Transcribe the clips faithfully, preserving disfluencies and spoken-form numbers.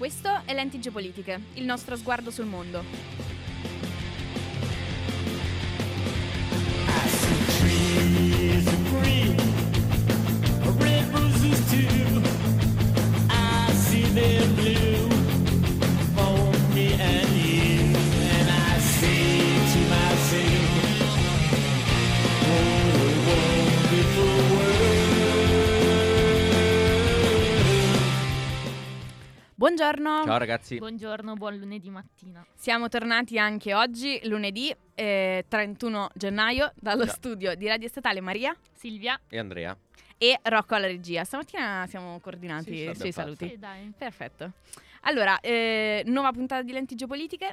Questo è Lenti Geopolitiche, il nostro sguardo sul mondo. I see trees of green, red roses too. I see them blue for me and you. And I say to myself, what a wonderful world. Buongiorno. Ciao ragazzi. Buongiorno, buon lunedì mattina. Siamo tornati anche oggi, lunedì eh, trentuno gennaio, dallo Ciao. studio di Radio Statale Maria Silvia. E Andrea. e Rocco alla regia. Stamattina siamo coordinati Sì, ce l'abbiamo sui fatta. saluti. Sì, dai. Perfetto. Allora, eh, nuova puntata di Lenti Geopolitiche.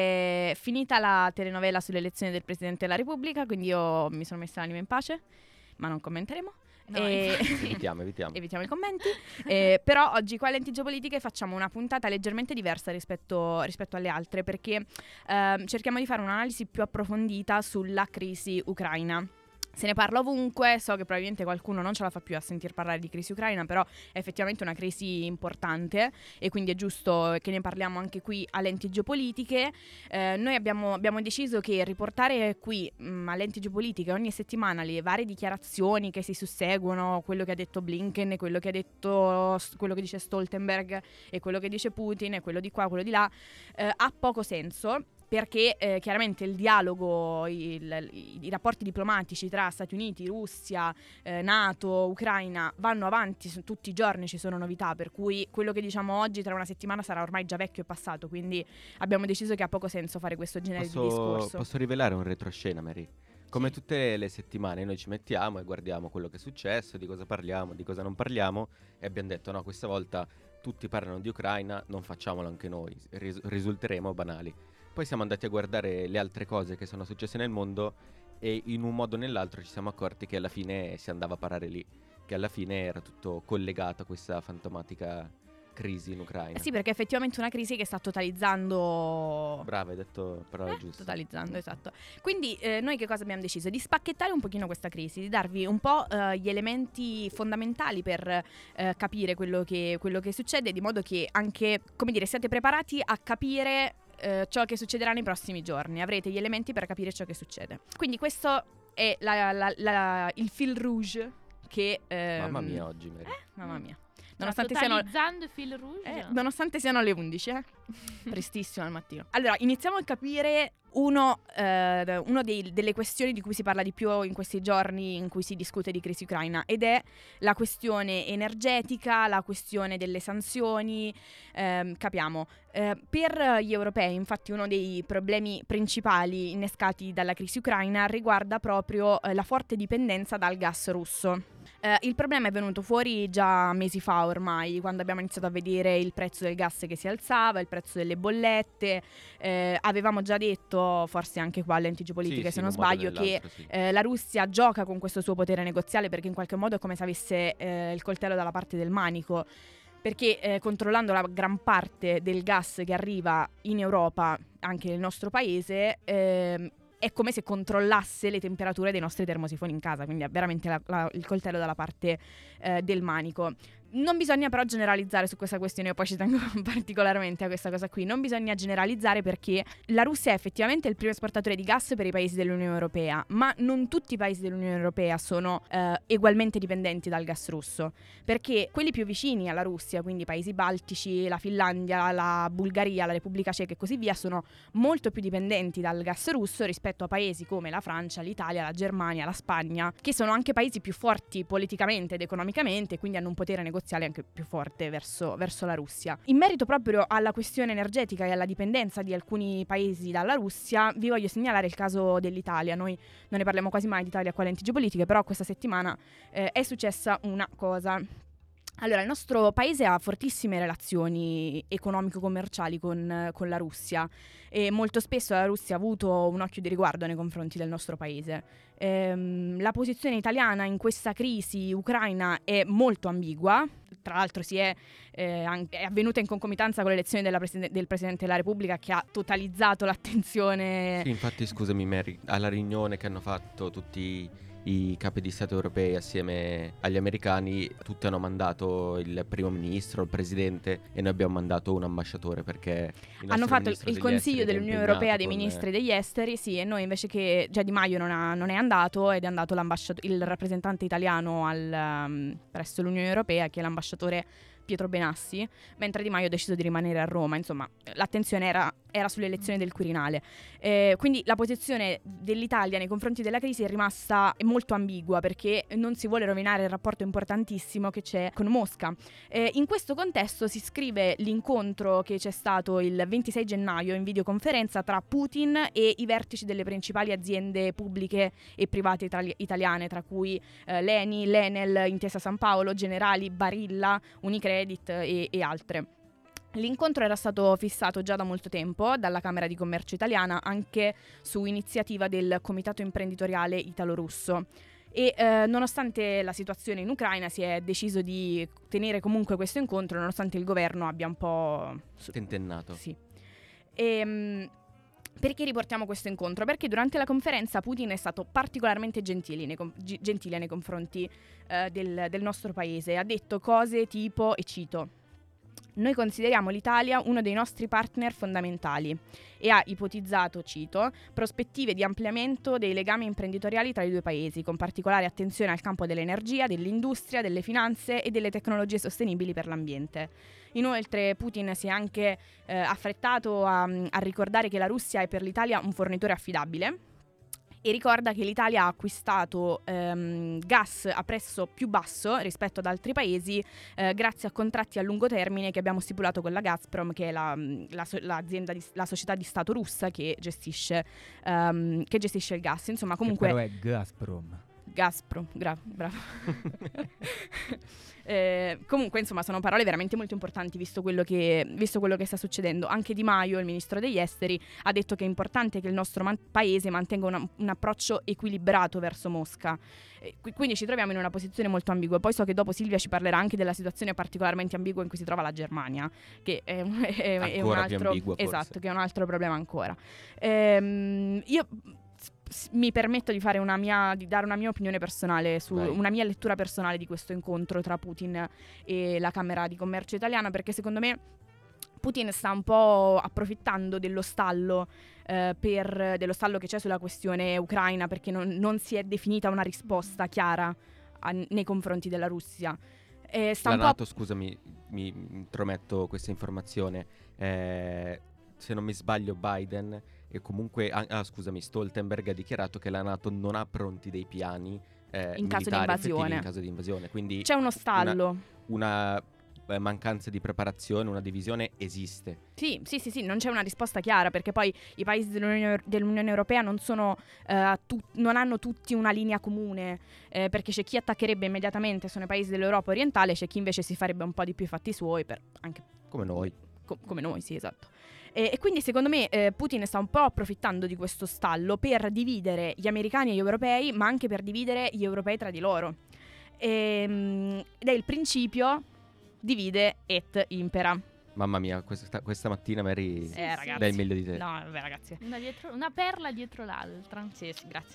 È finita la telenovela sulle elezioni del Presidente della Repubblica, quindi io mi sono messa l'anima in pace, ma non commenteremo. No, E- infatti. Evitiamo, evitiamo. Evitiamo i commenti. Eh, però oggi qua a Lenti Geopolitiche facciamo una puntata leggermente diversa rispetto, rispetto alle altre, perché ehm, cerchiamo di fare un'analisi più approfondita sulla crisi ucraina. Se ne parla ovunque, so che probabilmente qualcuno non ce la fa più a sentir parlare di crisi ucraina, però è effettivamente una crisi importante e quindi è giusto che ne parliamo anche qui a Lenti Geopolitiche. Eh, noi abbiamo, abbiamo deciso che riportare qui mh, a Lenti Geopolitiche ogni settimana le varie dichiarazioni che si susseguono, quello che ha detto Blinken, quello che ha detto, quello che dice Stoltenberg e quello che dice Putin e quello di qua, quello di là, eh, ha poco senso. Perché eh, chiaramente il dialogo, il, i, i rapporti diplomatici tra Stati Uniti, Russia, eh, NATO, Ucraina vanno avanti su, tutti i giorni, ci sono novità, per cui quello che diciamo oggi tra una settimana sarà ormai già vecchio e passato, quindi abbiamo deciso che ha poco senso fare questo genere di Posso, discorso. posso rivelare un retroscena, Mary? Come Sì. tutte le settimane noi ci mettiamo e guardiamo quello che è successo, di cosa parliamo, di cosa non parliamo, e abbiamo detto no, questa volta tutti parlano di Ucraina, non facciamolo anche noi, ris- risulteremo banali. Poi siamo andati a guardare le altre cose che sono successe nel mondo e in un modo o nell'altro ci siamo accorti che alla fine si andava a parare lì, che alla fine era tutto collegato a questa fantomatica crisi in Ucraina. Eh sì, perché è effettivamente una crisi che sta totalizzando. Brava, hai detto parole Eh, giuste. totalizzando, esatto. Quindi eh, noi che cosa abbiamo deciso? Di spacchettare un pochino questa crisi, di darvi un po' eh, gli elementi fondamentali per eh, capire quello che, quello che succede, di modo che anche, come dire, siate preparati a capire eh, ciò che succederà nei prossimi giorni. Avrete gli elementi per capire ciò che succede. Quindi questo è la- la- la- il fil rouge che... ehm, Mamma mia oggi, Mary. Eh, mamma mia. Cioè, Nonostante siano... totalizzando il fil rouge. Eh, nonostante siano le undici, eh? Prestissimo al mattino. Allora, iniziamo a capire uno, eh, uno dei- delle questioni di cui si parla di più in questi giorni in cui si discute di crisi ucraina, ed è la questione energetica, la questione delle sanzioni. Ehm, capiamo, eh, per gli europei, infatti, uno dei problemi principali innescati dalla crisi ucraina riguarda proprio eh, la forte dipendenza dal gas russo. Eh, il problema è venuto fuori già mesi fa ormai, quando abbiamo iniziato a vedere il prezzo del gas che si alzava, il prezzo delle bollette. Eh, avevamo già detto, forse anche qua a Lenti Geopolitiche, Sì, se sì, non in un modo o sbaglio, che nell'altro, sì. eh, la Russia gioca con questo suo potere negoziale, perché in qualche modo è come se avesse eh, il coltello dalla parte del manico. Perché eh, controllando la gran parte del gas che arriva in Europa, anche nel nostro paese, ehm, è come se controllasse le temperature dei nostri termosifoni in casa, quindi ha veramente la- la- il coltello dalla parte eh, del manico. Non bisogna però generalizzare su questa questione, io poi ci tengo particolarmente a questa cosa qui. Non bisogna generalizzare, perché la Russia è effettivamente il primo esportatore di gas per i paesi dell'Unione Europea, ma non tutti i paesi dell'Unione Europea sono eh, ugualmente dipendenti dal gas russo, perché quelli più vicini alla Russia, quindi i paesi baltici, la Finlandia, la Bulgaria, la Repubblica Ceca e così via, sono molto più dipendenti dal gas russo rispetto a paesi come la Francia, l'Italia, la Germania, la Spagna, che sono anche paesi più forti politicamente ed economicamente, quindi hanno un potere negoziale anche più forte verso, verso la Russia. In merito proprio alla questione energetica e alla dipendenza di alcuni paesi dalla Russia, vi voglio segnalare il caso dell'Italia. Noi non ne parliamo quasi mai d'Italia qua a Lenti Geopolitiche, però questa settimana eh, è successa una cosa. Allora, il nostro paese ha fortissime relazioni economico-commerciali con, con la Russia, e molto spesso la Russia ha avuto un occhio di riguardo nei confronti del nostro paese. Ehm, la posizione italiana in questa crisi ucraina è molto ambigua. Tra l'altro si è, eh, an- è avvenuta in concomitanza con l'elezione della preside- del Presidente della Repubblica, che ha totalizzato l'attenzione. Sì, infatti scusami Mary, alla riunione che hanno fatto tutti i capi di Stato europei assieme agli americani tutti hanno mandato il primo ministro, il presidente, e noi abbiamo mandato un ambasciatore perché il hanno nostro fatto il, ministro il degli Consiglio esteri era dell'Unione impegnato Europea dei con- ministri degli esteri, sì, e noi invece che già Di Maio non, ha- non è andato ed è andato l'ambasciato- il rappresentante italiano al, um, presso l'Unione Europea, che è l'ambasciatore Pietro Benassi, mentre Di Maio ha deciso di rimanere a Roma. Insomma, l'attenzione era, era sulle elezioni del Quirinale. Eh, quindi la posizione dell'Italia nei confronti della crisi è rimasta molto ambigua, perché non si vuole rovinare il rapporto importantissimo che c'è con Mosca. Eh, in questo contesto si scrive l'incontro che c'è stato il ventisei gennaio in videoconferenza tra Putin e i vertici delle principali aziende pubbliche e private itali- italiane, tra cui eh, l'Eni, l'Enel, Intesa San Paolo, Generali, Barilla, Unicredit e, e altre. L'incontro era stato fissato già da molto tempo dalla Camera di Commercio italiana, anche su iniziativa del Comitato Imprenditoriale Italo-Russo. E eh, nonostante la situazione in Ucraina, si è deciso di tenere comunque questo incontro, nonostante il governo abbia un po' tentennato. Sì. E, mh, perché riportiamo questo incontro? Perché durante la conferenza Putin è stato particolarmente gentile nei, com- gi- gentile nei confronti eh, del, del nostro paese. Ha detto cose tipo, e cito: "Noi consideriamo l'Italia uno dei nostri partner fondamentali", e ha ipotizzato, cito, "prospettive di ampliamento dei legami imprenditoriali tra i due paesi, con particolare attenzione al campo dell'energia, dell'industria, delle finanze e delle tecnologie sostenibili per l'ambiente". Inoltre Putin si è anche eh, affrettato a, a ricordare che la Russia è per l'Italia un fornitore affidabile, e ricorda che l'Italia ha acquistato ehm, gas a prezzo più basso rispetto ad altri paesi eh, grazie a contratti a lungo termine che abbiamo stipulato con la Gazprom, che è la, la, so- l'azienda di, la società di Stato russa che gestisce, ehm, che gestisce il gas. Insomma, comunque Che però è Gazprom. Gazprom, gra- bravo. Eh, comunque, insomma, sono parole veramente molto importanti visto quello che, visto quello che sta succedendo. Anche Di Maio, il ministro degli esteri, ha detto che è importante che il nostro man- paese mantenga una- un approccio equilibrato verso Mosca. Eh, qui- quindi ci troviamo in una posizione molto ambigua. Poi so che dopo Silvia ci parlerà anche della situazione particolarmente ambigua in cui si trova la Germania, che è, un- è- è un Ancora più altro, ambigua, forse. esatto, che è un altro problema ancora. Ehm, io s- mi permetto di fare una mia di dare una mia opinione personale su Vai. una mia lettura personale di questo incontro tra Putin e la Camera di Commercio italiana, perché secondo me Putin sta un po' approfittando dello stallo eh, per dello stallo che c'è sulla questione ucraina, perché non, non si è definita una risposta chiara a- nei confronti della Russia. Eh, sta La un po' NATO, scusami, mi intrometto questa informazione. eh, se non mi sbaglio, Biden e comunque ah, ah, scusami, Stoltenberg ha dichiarato che la NATO non ha pronti dei piani eh, In caso di militari effettivi invasione. in caso di invasione. Quindi c'è uno stallo. una eh, mancanza di preparazione, una divisione esiste. Sì, sì, sì, sì, non c'è una risposta chiara, perché poi i paesi dell'Unione, dell'Unione Europea non sono eh, tu- non hanno tutti una linea comune, eh, perché c'è chi attaccherebbe immediatamente, sono i paesi dell'Europa orientale, c'è chi invece si farebbe un po' di più i fatti suoi, per anche Come noi. co- come noi, sì, esatto. E, e quindi secondo me eh, Putin sta un po' approfittando di questo stallo per dividere gli americani e gli europei, ma anche per dividere gli europei tra di loro. Ehm, ed è il principio divide et impera. Mamma mia, questa, questa mattina Mary Sì, Eh, sì. ragazzi. dai meglio di te. No, vabbè, ragazzi. Una, dietro- una perla dietro l'altra. Sì, sì, grazie.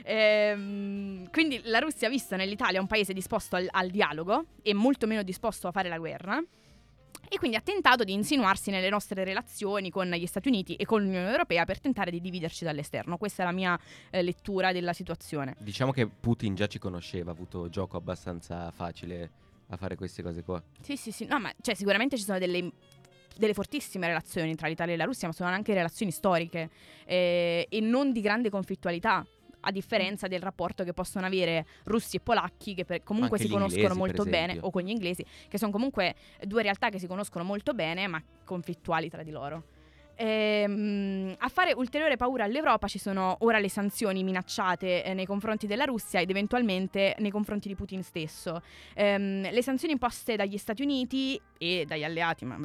Ehm, quindi la Russia ha visto nell'Italia un paese disposto al, al dialogo e molto meno disposto a fare la guerra, e quindi ha tentato di insinuarsi nelle nostre relazioni con gli Stati Uniti e con l'Unione Europea per tentare di dividerci dall'esterno. Questa è la mia eh, lettura della situazione. Diciamo che Putin già ci conosceva, ha avuto gioco abbastanza facile a fare queste cose qua. Sì, sì, sì. No, ma cioè, sicuramente ci sono delle, delle fortissime relazioni tra l'Italia e la Russia, ma sono anche relazioni storiche eh, e non di grande conflittualità, a differenza del rapporto che possono avere russi e polacchi, che per- comunque Anche si gli conoscono inglesi, molto per bene, esempio. o con gli inglesi, che sono comunque due realtà che si conoscono molto bene, ma conflittuali tra di loro. Ehm, a fare ulteriore paura all'Europa ci sono ora le sanzioni minacciate eh, nei confronti della Russia ed eventualmente nei confronti di Putin stesso. Ehm, le sanzioni imposte dagli Stati Uniti e dagli alleati, ma vabbè,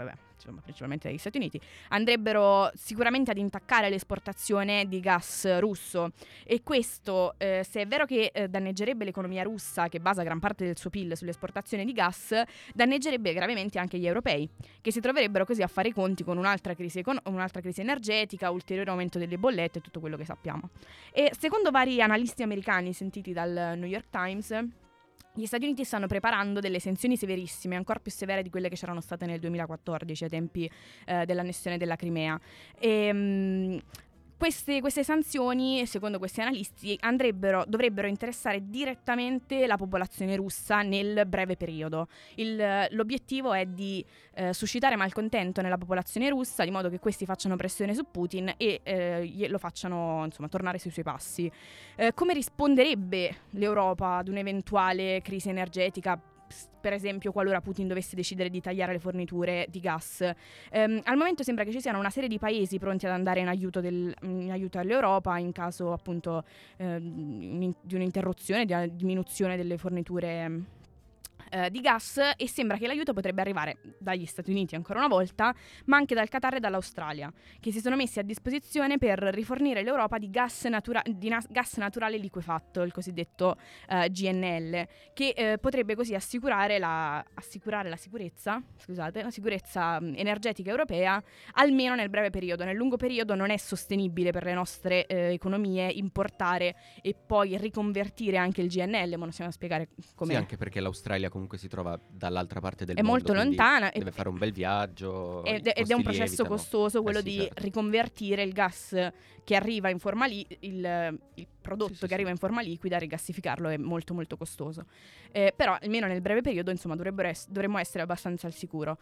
insomma principalmente dagli Stati Uniti, andrebbero sicuramente ad intaccare l'esportazione di gas russo, e questo, eh, se è vero che eh, danneggerebbe l'economia russa, che basa gran parte del suo P I L sull'esportazione di gas, danneggerebbe gravemente anche gli europei, che si troverebbero così a fare i conti con un'altra crisi, econ- un'altra crisi energetica, ulteriore aumento delle bollette e tutto quello che sappiamo. E secondo vari analisti americani sentiti dal New York Times, gli Stati Uniti stanno preparando delle sanzioni severissime, ancora più severe di quelle che c'erano state nel duemilaquattordici ai tempi eh, dell'annessione della Crimea. E, mh, Queste, queste sanzioni, secondo questi analisti, andrebbero, dovrebbero interessare direttamente la popolazione russa nel breve periodo. Il, l'obiettivo è di eh, suscitare malcontento nella popolazione russa, di modo che questi facciano pressione su Putin e eh, lo facciano, insomma, tornare sui suoi passi. Eh, come risponderebbe l'Europa ad un'eventuale crisi energetica? Per esempio, qualora Putin dovesse decidere di tagliare le forniture di gas. Ehm, al momento sembra che ci siano una serie di paesi pronti ad andare in aiuto, del, in aiuto all'Europa in caso appunto ehm, di un'interruzione, di una diminuzione delle forniture eh, di gas, e sembra che l'aiuto potrebbe arrivare dagli Stati Uniti ancora una volta, ma anche dal Qatar e dall'Australia, che si sono messi a disposizione per rifornire l'Europa di gas, natura- di na- gas naturale liquefatto, il cosiddetto eh, G N L, che eh, potrebbe così assicurare la, assicurare la sicurezza, scusate, la sicurezza mh, energetica europea, almeno nel breve periodo. Nel lungo periodo non è sostenibile per le nostre eh, economie importare e poi riconvertire anche il G N L, ma non stiamo a spiegare come. Sì, anche perché l'Australia comunque si trova dall'altra parte del è mondo. molto quindi lontana deve e, fare un bel viaggio. ed, i ed è un costi processo lievitano. costoso quello Eh sì, di certo. riconvertire il gas che arriva in forma li- il, il prodotto Sì, sì, che arriva sì. in forma liquida, rigassificarlo è molto molto costoso. Eh, però almeno nel breve periodo, insomma, dovrebbero ess- dovremmo essere abbastanza al sicuro.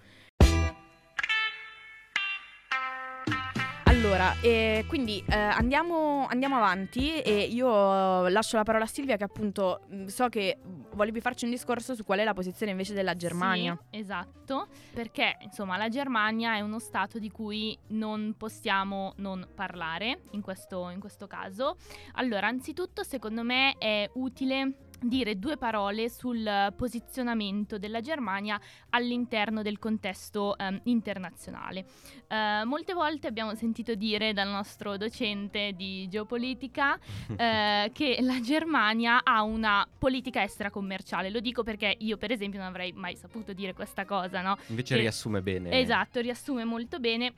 Allora, eh, quindi eh, andiamo, andiamo avanti, e io lascio la parola a Silvia, che appunto mh, so che volevi farci un discorso su qual è la posizione invece della Germania. Sì, esatto, perché insomma la Germania è uno stato di cui non possiamo non parlare in questo, in questo caso. Allora, anzitutto secondo me è utile dire due parole sul posizionamento della Germania all'interno del contesto ehm, internazionale. Eh, molte volte abbiamo sentito dire dal nostro docente di geopolitica eh, che la Germania ha una politica estera commerciale. Lo dico perché io, per esempio, non avrei mai saputo dire questa cosa, no? Invece Che- riassume bene. Esatto, riassume molto bene.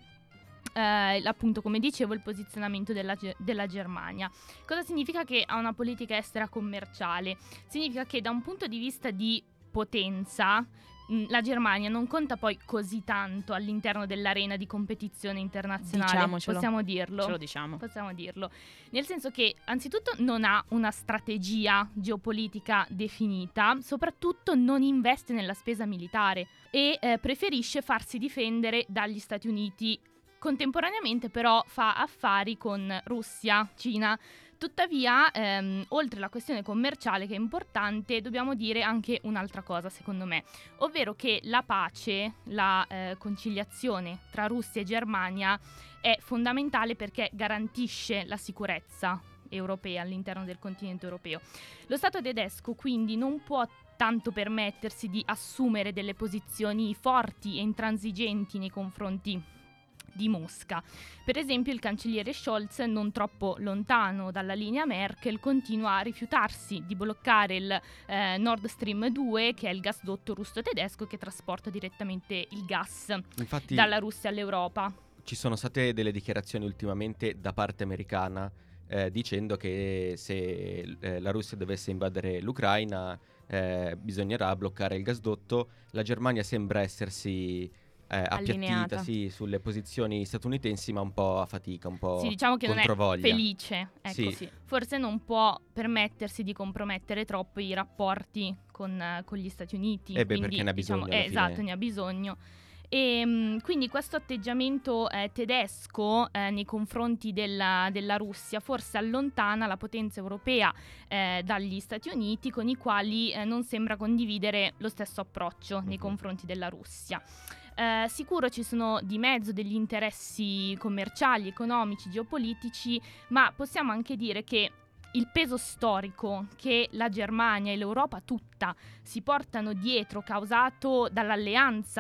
Eh, appunto, come dicevo, il posizionamento della, Ge- della Germania. Cosa significa che ha una politica estera commerciale? Significa che da un punto di vista di potenza mh, la Germania non conta poi così tanto all'interno dell'arena di competizione internazionale. Diciamocelo. Possiamo dirlo. Ce lo diciamo. Possiamo dirlo. Nel senso che anzitutto non ha una strategia geopolitica definita, soprattutto non investe nella spesa militare e eh, preferisce farsi difendere dagli Stati Uniti. Contemporaneamente però fa affari con Russia, Cina. Tuttavia, ehm, oltre alla questione commerciale che è importante, dobbiamo dire anche un'altra cosa, secondo me, ovvero che la pace, la eh, conciliazione tra Russia e Germania è fondamentale perché garantisce la sicurezza europea all'interno del continente europeo. Lo Stato tedesco quindi non può tanto permettersi di assumere delle posizioni forti e intransigenti nei confronti di Mosca. Per esempio, il cancelliere Scholz, non troppo lontano dalla linea Merkel, continua a rifiutarsi di bloccare il eh, Nord Stream due, che è il gasdotto russo-tedesco che trasporta direttamente il gas Infatti dalla Russia all'Europa. ci sono state delle dichiarazioni ultimamente da parte americana eh, dicendo che se eh, la Russia dovesse invadere l'Ucraina eh, bisognerà bloccare il gasdotto. La Germania sembra essersi eh, appiattita Allineata. sì, sulle posizioni statunitensi, ma un po' a fatica, un po' Sì, diciamo che non è controvoglia. felice, ecco. Sì. Sì. Forse non può permettersi di compromettere troppo i rapporti con, eh, con gli Stati Uniti. Eh beh, quindi, perché ne ha diciamo, bisogno alla eh, fine. esatto, ne ha bisogno. E mh, quindi questo atteggiamento eh, tedesco eh, nei confronti della, della Russia forse allontana la potenza europea eh, dagli Stati Uniti, con i quali eh, non sembra condividere lo stesso approccio nei Mhm. confronti della Russia. Eh, sicuro ci sono di mezzo degli interessi commerciali, economici, geopolitici, ma possiamo anche dire che il peso storico che la Germania e l'Europa tutta si portano dietro, causato dall'alleanza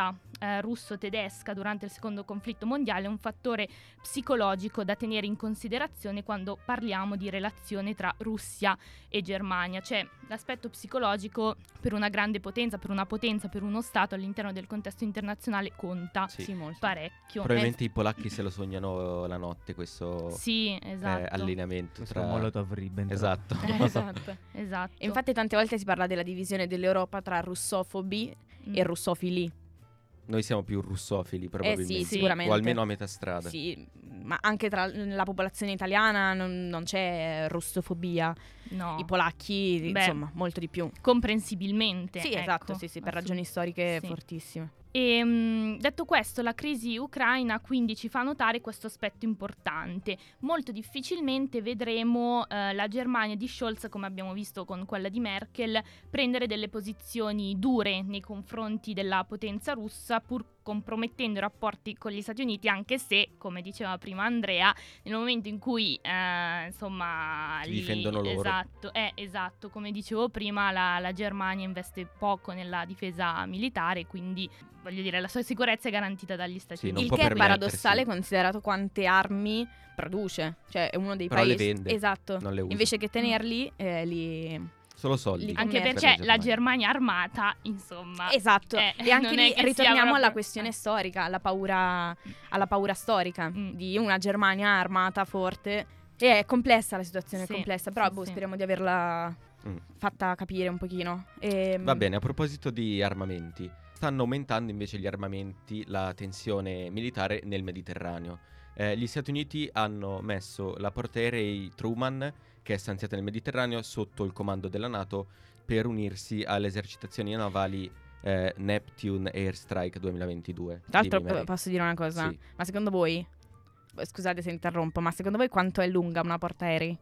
eh, russo-tedesca durante il secondo conflitto mondiale è un fattore psicologico da tenere in considerazione quando parliamo di relazione tra Russia e Germania. Cioè, l'aspetto psicologico per una grande potenza, per una potenza, per uno Stato all'interno del contesto internazionale conta Sì. Sì, molto. parecchio. Probabilmente i polacchi se lo sognano la notte questo Eh, sì, eh, esatto. allineamento Questo tra... Molotov-Ribbentrop. Esatto. Eh, esatto, esatto. E infatti tante volte si parla della divisione dell'Europa tra russofobi Mm. e russofili. Noi siamo più russofili probabilmente. Eh sì, Sì. sicuramente. O almeno a metà strada. Sì, ma anche tra la popolazione italiana non, non c'è russofobia. No. I polacchi, Beh, insomma, molto di più. comprensibilmente. Sì, ecco, esatto, sì, sì, per assolut- ragioni storiche sì. fortissime. E mh, detto questo, la crisi ucraina quindi ci fa notare questo aspetto importante. Molto difficilmente vedremo eh, la Germania di Scholz, come abbiamo visto con quella di Merkel, prendere delle posizioni dure nei confronti della potenza russa, pur compromettendo i rapporti con gli Stati Uniti, anche se, come diceva prima Andrea, nel momento in cui eh, insomma Ti lì- difendono loro. esatto, eh, esatto, come dicevo prima, la, la Germania investe poco nella difesa militare, quindi voglio dire, la sua sicurezza è garantita dagli Stati Sì, non Il può che è permettersi. paradossale considerato quante armi produce. Cioè è uno dei Però le paesi... vende, Esatto. non le usa. Invece che tenerli, eh, li... Solo soldi. Li- Anche commercio perché per la Germania. Germania armata, insomma, Esatto, eh, e anche non è lì che sia ritorniamo proprio- alla questione eh. storica, alla paura, alla paura storica Mm. di una Germania armata forte. E è complessa la situazione, Sì, è complessa, però sì, boh, sì. speriamo di averla Mm. fatta capire un pochino. E, Va bene, a proposito di armamenti, stanno aumentando invece gli armamenti, la tensione militare nel Mediterraneo. Eh, gli Stati Uniti hanno messo la portaerei Truman, che è stanziata nel Mediterraneo, sotto il comando della NATO per unirsi alle esercitazioni navali eh, Neptune Airstrike duemilaventidue. Tra l'altro Dimmi, Mary. posso dire una cosa, Sì. ma secondo voi, scusate se interrompo, ma secondo voi quanto è lunga una portaerei?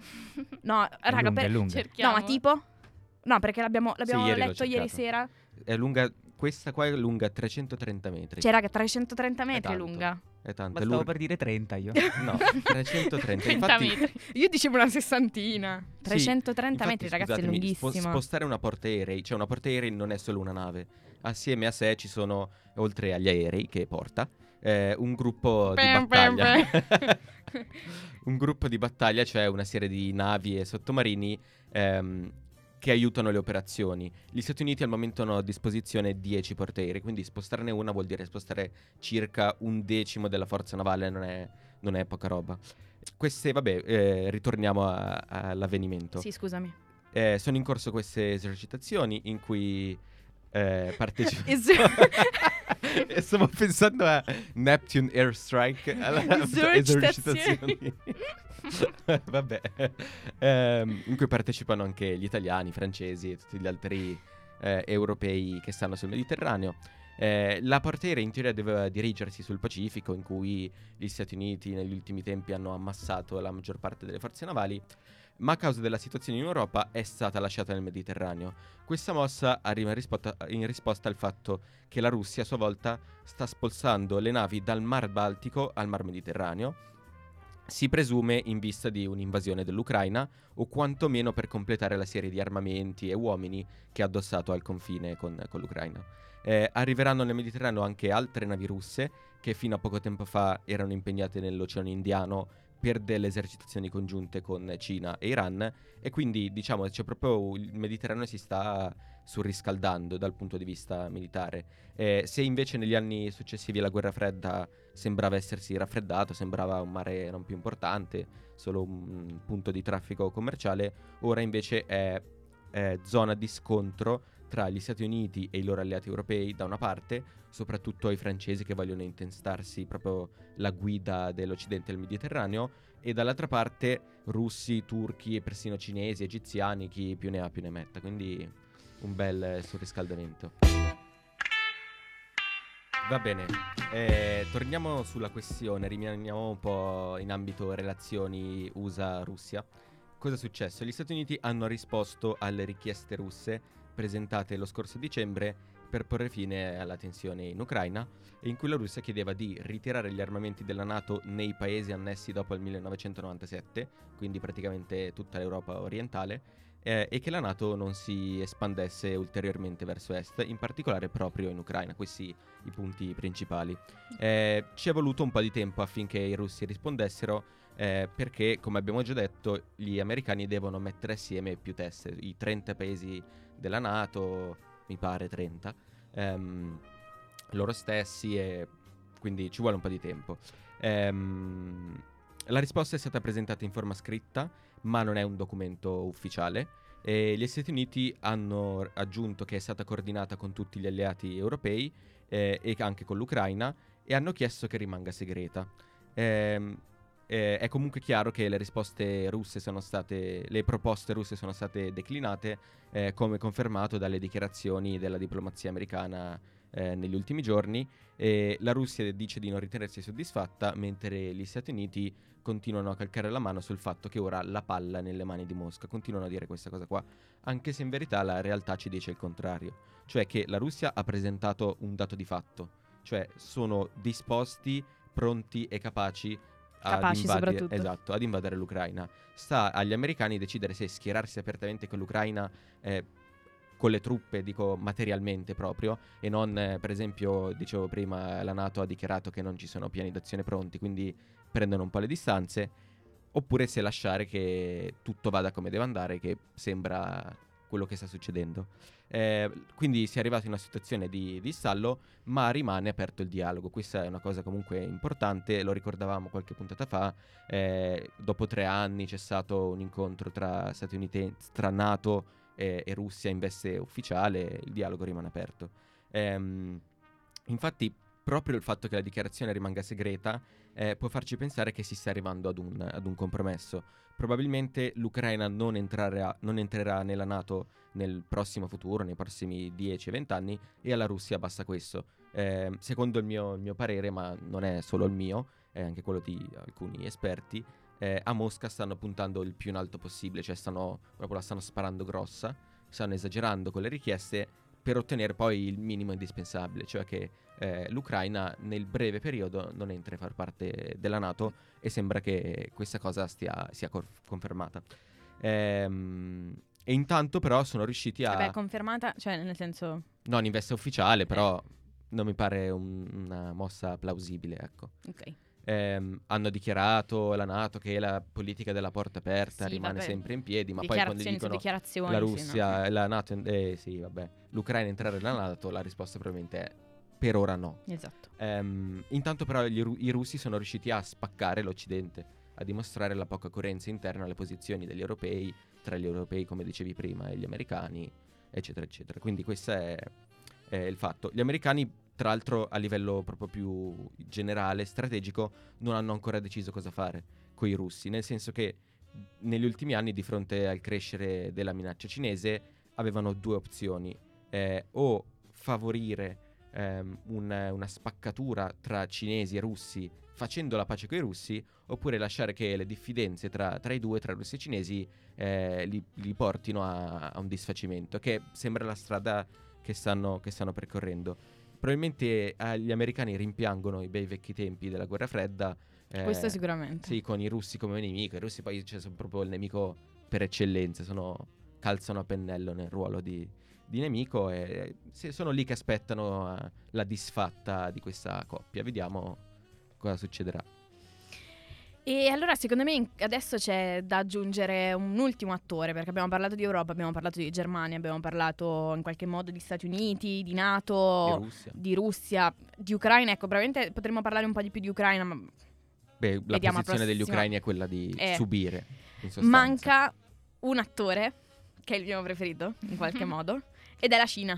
No, raga, lunga, per... è lunga. Cerchiamo. No, ma tipo? No, perché l'abbiamo, l'abbiamo ieri l'ho letto ieri cercato. sera. È lunga, questa qua è lunga trecentotrenta metri. Cioè, raga, trecentotrenta metri è tanto. lunga. È tanto, Ma è stavo lur- per dire trenta io. No, trecentotrenta. trenta Infatti, metri. Io dicevo una sessantina. Sì, trecentotrenta infatti, metri, ragazzi, è scusatemi, spo- lunghissima. spostare una portaerei, cioè una portaerei non è solo una nave. Assieme a sé ci sono, oltre agli aerei che porta, eh, un gruppo di Pem, pem, battaglia. Un gruppo di battaglia, cioè una serie di navi e sottomarini ehm, che aiutano le operazioni. Gli Stati Uniti al momento hanno a disposizione dieci portaerei, quindi spostarne una vuol dire spostare circa un decimo della forza navale, non è, non è poca roba. Queste, vabbè, eh, ritorniamo a- all'avvenimento. Sì, scusami. Eh, sono in corso queste esercitazioni in cui eh, partecipano. Es- E stavo pensando a Neptune Airstrike, alla Esercitazioni. esercitazioni. Vabbè, Ehm, in cui partecipano anche gli italiani, i francesi e tutti gli altri eh, europei che stanno sul Mediterraneo. Eh, la portaerei in teoria doveva dirigersi sul Pacifico, in cui gli Stati Uniti negli ultimi tempi hanno ammassato la maggior parte delle forze navali, ma a causa della situazione in Europa è stata lasciata nel Mediterraneo. Questa mossa arriva in risposta, in risposta al fatto che la Russia a sua volta sta spolsando le navi dal Mar Baltico al Mar Mediterraneo, si presume in vista di un'invasione dell'Ucraina o quantomeno per completare la serie di armamenti e uomini che ha addossato al confine con, con l'Ucraina. Eh, arriveranno nel Mediterraneo anche altre navi russe che fino a poco tempo fa erano impegnate nell'Oceano Indiano per delle esercitazioni congiunte con Cina e Iran, e quindi diciamo c'è proprio il Mediterraneo si sta surriscaldando dal punto di vista militare. Eh, se invece negli anni successivi alla guerra fredda sembrava essersi raffreddato, sembrava un mare non più importante, solo un punto di traffico commerciale, ora invece è, è zona di scontro tra gli Stati Uniti e i loro alleati europei da una parte, soprattutto i francesi che vogliono intestarsi proprio la guida dell'Occidente del Mediterraneo, e dall'altra parte russi, turchi e persino cinesi, egiziani, chi più ne ha più ne metta, quindi un bel surriscaldamento. Va bene, eh, torniamo sulla questione, rimaniamo un po' in ambito relazioni U S A-Russia. Cosa è successo? Gli Stati Uniti hanno risposto alle richieste russe presentate lo scorso dicembre per porre fine alla tensione in Ucraina, e in cui la Russia chiedeva di ritirare gli armamenti della NATO nei paesi annessi dopo il millenovecentonovantasette, quindi praticamente tutta l'Europa orientale, eh, e che la NATO non si espandesse ulteriormente verso est, in particolare proprio in Ucraina. Questi i punti principali. Eh, ci è voluto un po' di tempo affinché i russi rispondessero, eh, perché, come abbiamo già detto, gli americani devono mettere assieme più teste, i trenta paesi della NATO, mi pare trenta, ehm, loro stessi, e quindi ci vuole un po' di tempo. Ehm, la risposta è stata presentata in forma scritta, ma non è un documento ufficiale, e gli Stati Uniti hanno aggiunto che è stata coordinata con tutti gli alleati europei eh, e anche con l'Ucraina, e hanno chiesto che rimanga segreta. Ehm, eh, è comunque chiaro che le risposte russe sono state, le proposte russe sono state declinate, eh, come confermato dalle dichiarazioni della diplomazia americana eh, negli ultimi giorni. E la Russia dice di non ritenersi soddisfatta, mentre gli Stati Uniti continuano a calcare la mano sul fatto che ora la palla è nelle mani di Mosca. Continuano a dire questa cosa qua, anche se in verità la realtà ci dice il contrario, cioè che la Russia ha presentato un dato di fatto, cioè sono disposti, pronti e capaci ad Capaci invadere, soprattutto. esatto, ad invadere l'Ucraina. Sta agli americani decidere se schierarsi apertamente con l'Ucraina, eh, con le truppe, dico materialmente proprio, e non, eh, per esempio, dicevo prima, la NATO ha dichiarato che non ci sono piani d'azione pronti, quindi prendono un po' le distanze, oppure se lasciare che tutto vada come deve andare, che sembra quello che sta succedendo. Eh, quindi si è arrivati in una situazione di, di stallo, ma rimane aperto il dialogo. Questa è una cosa comunque importante, lo ricordavamo qualche puntata fa. Eh, dopo tre anni c'è stato un incontro tra Stati Uniti, tra NATO e, e Russia in veste ufficiale, il dialogo rimane aperto. Ehm, infatti proprio il fatto che la dichiarazione rimanga segreta eh, può farci pensare che si sta arrivando ad un, ad un compromesso. Probabilmente l'Ucraina non entrerà, non entrerà nella NATO nel prossimo futuro, nei prossimi dieci venti anni, e alla Russia basta questo. Eh, secondo il mio, il mio parere, ma non è solo il mio, è anche quello di alcuni esperti, eh, a Mosca stanno puntando il più in alto possibile, cioè stanno, proprio la stanno sparando grossa, stanno esagerando con le richieste per ottenere poi il minimo indispensabile, cioè che eh, l'Ucraina nel breve periodo non entri a far parte della NATO, e sembra che questa cosa stia, sia cor- confermata. Ehm, e intanto però sono riusciti a... Vabbè, confermata, cioè nel senso... non in veste ufficiale, però non mi pare un- una mossa plausibile, ecco. Ok. Ehm, hanno dichiarato la NATO che la politica della porta aperta Sì, rimane vabbè. sempre in piedi, ma poi quando Dichiarazioni su dicono dichiarazioni. la sì, Russia, no. la NATO, eh sì, vabbè, l'Ucraina entrare nella NATO, la risposta probabilmente è per ora no. Esatto. Ehm, intanto però gli ru- i russi sono riusciti a spaccare l'Occidente, a dimostrare la poca coerenza interna alle posizioni degli europei, tra gli europei come dicevi prima e gli americani, eccetera eccetera. Quindi questo è, è il fatto. Gli americani, tra l'altro, a livello proprio più generale, strategico, non hanno ancora deciso cosa fare con i russi, nel senso che negli ultimi anni, di fronte al crescere della minaccia cinese, avevano due opzioni: eh, o favorire ehm, un- una spaccatura tra cinesi e russi facendo la pace con i russi, oppure lasciare che le diffidenze tra, tra i due, tra russi e cinesi, eh, li, li portino a, a un disfacimento, che sembra la strada che stanno, che stanno percorrendo. Probabilmente eh, gli americani rimpiangono i bei vecchi tempi della guerra fredda. eh, Questo sicuramente. Sì, con i russi come nemico. I russi poi, cioè, sono proprio il nemico per eccellenza, sono, calzano a pennello nel ruolo di, di nemico, e se sono lì che aspettano eh, la disfatta di questa coppia. Vediamo cosa succederà. E allora secondo me in- adesso c'è da aggiungere un ultimo attore, perché abbiamo parlato di Europa, abbiamo parlato di Germania, abbiamo parlato in qualche modo di Stati Uniti, di NATO, Di Russia. di Russia, di Ucraina. Ecco, probabilmente potremmo parlare un po' di più di Ucraina, ma Beh, la Vediamo la posizione degli prossima. ucraini è quella di Eh. subire, in sostanza. manca un attore, che è il mio preferito in qualche modo, ed è la Cina.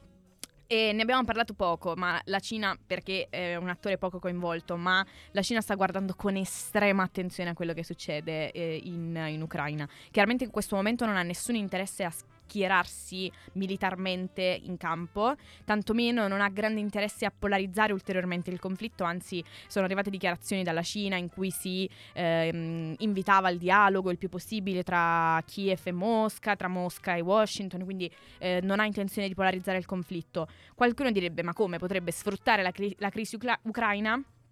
E ne abbiamo parlato poco, ma la Cina, perché è un attore poco coinvolto, ma la Cina sta guardando con estrema attenzione a quello che succede eh, in, in Ucraina. Chiaramente in questo momento non ha nessun interesse a schierarsi militarmente in campo, tantomeno non ha grande interesse a polarizzare ulteriormente il conflitto, anzi sono arrivate dichiarazioni dalla Cina in cui si ehm, invitava al dialogo il più possibile tra Kiev e Mosca, tra Mosca e Washington, quindi eh, non ha intenzione di polarizzare il conflitto. Qualcuno direbbe: ma come potrebbe sfruttare la, cri- la crisi ucra- ucraina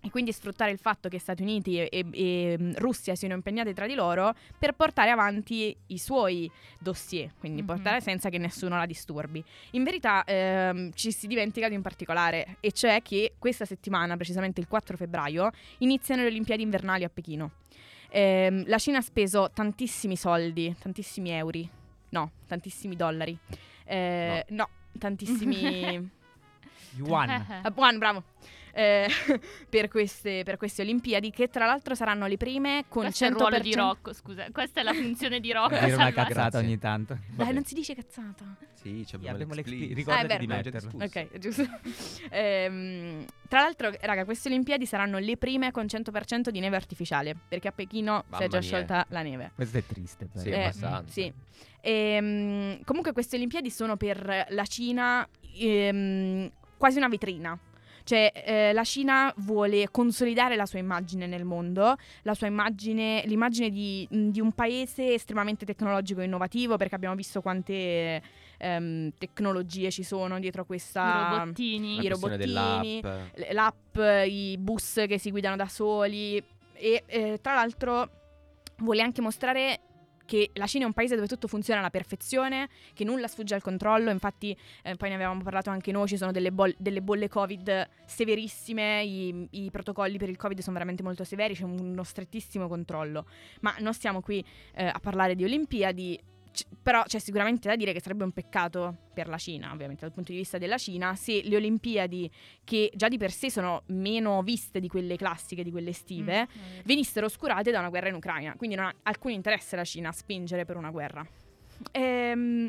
e quindi sfruttare il fatto che Stati Uniti e, e, e Russia siano impegnati tra di loro per portare avanti i suoi dossier, quindi Mhm. portare senza che nessuno la disturbi. In verità ehm, ci si dimentica di un particolare, e cioè che questa settimana, precisamente il quattro febbraio, iniziano le Olimpiadi invernali a Pechino. Ehm, la Cina ha speso tantissimi soldi, tantissimi euro, no, tantissimi dollari, eh, no. tantissimi... Yuan. Ah, buono, bravo. Eh, per, queste, per queste Olimpiadi, che tra l'altro saranno le prime con Questo è il cento ruolo per di cento. Rocco, scusa. Questa è la funzione di Rocco. Dire una salvare- cazzata Grazie. ogni tanto. Dai, Vabbè. non si dice cazzata. Sì, ci abbiamo, abbiamo l'explicit. l'expli- Ah, è ricordati vero. di Abbiamo già metterlo. discusso. Ok, giusto. Ehm, tra l'altro, raga, queste Olimpiadi saranno le prime con cento per cento di neve artificiale, perché a Pechino si è Mamma già mia. sciolta la neve. Questo è triste. Però. Sì, Eh, abbastanza. sì. Ehm, comunque queste Olimpiadi sono per la Cina ehm, quasi una vetrina. Cioè eh, la Cina vuole consolidare la sua immagine nel mondo, la sua immagine, l'immagine di, di un paese estremamente tecnologico e innovativo, perché abbiamo visto quante ehm, tecnologie ci sono dietro I questa... robottini. La I questione robottini, dell'app. l- l'app, i bus che si guidano da soli e eh, tra l'altro vuole anche mostrare che la Cina è un paese dove tutto funziona alla perfezione, che nulla sfugge al controllo. Infatti eh, poi ne avevamo parlato anche noi, ci sono delle, bol- delle bolle Covid severissime, i, i protocolli per il Covid sono veramente molto severi, c'è uno strettissimo controllo. Ma non stiamo qui eh, a parlare di Olimpiadi, c- però c'è sicuramente da dire che sarebbe un peccato per la Cina, ovviamente dal punto di vista della Cina, se le Olimpiadi, che già di per sé sono meno viste di quelle classiche, di quelle estive, Mm. venissero oscurate da una guerra in Ucraina. Quindi non ha alcun interesse la Cina a spingere per una guerra. Ehm,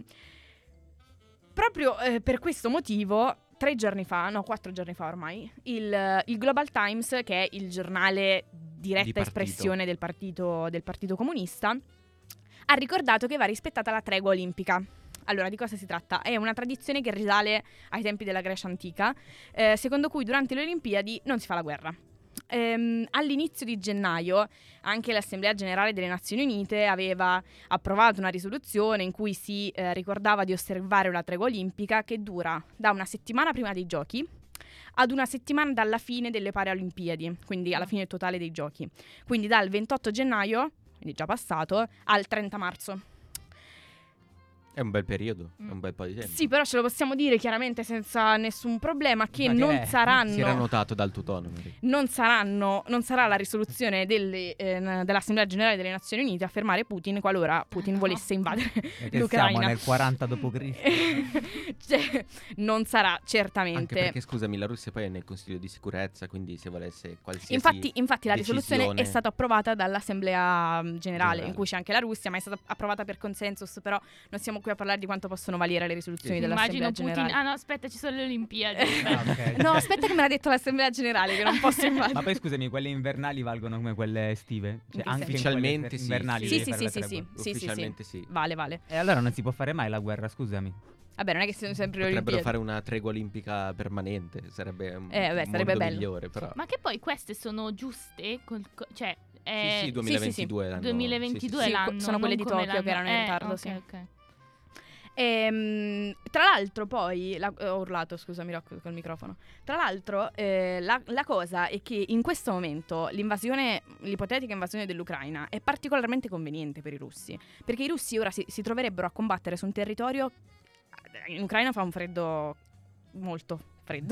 proprio eh, per questo motivo, tre giorni fa, no, quattro giorni fa ormai, il, il Global Times, che è il giornale diretta Di partito. espressione del partito, del partito comunista, ha ricordato che va rispettata la tregua olimpica. Allora, di cosa si tratta? È una tradizione che risale ai tempi della Grecia antica, eh, secondo cui durante le Olimpiadi non si fa la guerra. Ehm, all'inizio di gennaio anche l'Assemblea Generale delle Nazioni Unite aveva approvato una risoluzione in cui si eh, ricordava di osservare una tregua olimpica che dura da una settimana prima dei giochi ad una settimana dalla fine delle Paralimpiadi, quindi alla fine totale dei giochi. Quindi dal ventotto gennaio, quindi già passato, al trenta marzo. È un bel periodo, è Mm. un bel po' di tempo. Sì, però ce lo possiamo dire chiaramente senza nessun problema che Ma che non è? Si era saranno notato dal tuo tono, Maria. non saranno non sarà la risoluzione delle, eh, n- dell'Assemblea Generale delle Nazioni Unite a fermare Putin qualora Putin volesse invadere Perché l'Ucraina. siamo nel quaranta dopo Cristo Cioè, non sarà Anche certamente. perché, scusami, la Russia poi è nel Consiglio di Sicurezza, quindi se volesse qualsiasi Infatti, infatti la risoluzione decisione- è stata approvata dall'Assemblea mm, Generale, Generale. in cui c'è anche la Russia, ma è stata approvata per consensus, però non siamo qui a parlare di quanto possono valere le risoluzioni Sì. dell'Assemblea Immagino Putin. Generale. Ah no, aspetta, ci sono le Olimpiadi. Ah, ok. No, aspetta che me l'ha detto l'Assemblea Generale, che non posso invadere. Ma poi scusami, quelle invernali valgono come quelle estive? In Cioè, che anche senso? in Ufficialmente quelle sì. invernali Sì, devi sì, fare sì, la sì, tregua. sì, sì, sì, Ufficialmente sì. Vale, vale. E allora non si può fare mai la guerra, scusami. Vabbè, non è che siano sempre le Potrebbero Olimpiadi. fare una tregua olimpica permanente, sarebbe un Eh, beh, un sarebbe mondo bello. migliore, però. Ma che poi queste sono giuste? Col co- cioè, eh, Sì, sì, duemilaventidue l'anno. duemilaventidue Sì, l'anno. sono quelle non di come Tokyo che l'anno- erano in eh, ritardo, ok, sì. ok. Ehm, tra l'altro poi la- ho urlato, scusami Rocco, col microfono. Tra l'altro eh, la, la cosa è che in questo momento l'invasione, l'ipotetica invasione dell'Ucraina è particolarmente conveniente per i russi, perché i russi ora si, si troverebbero a combattere su un territorio. In Ucraina fa un freddo molto freddo.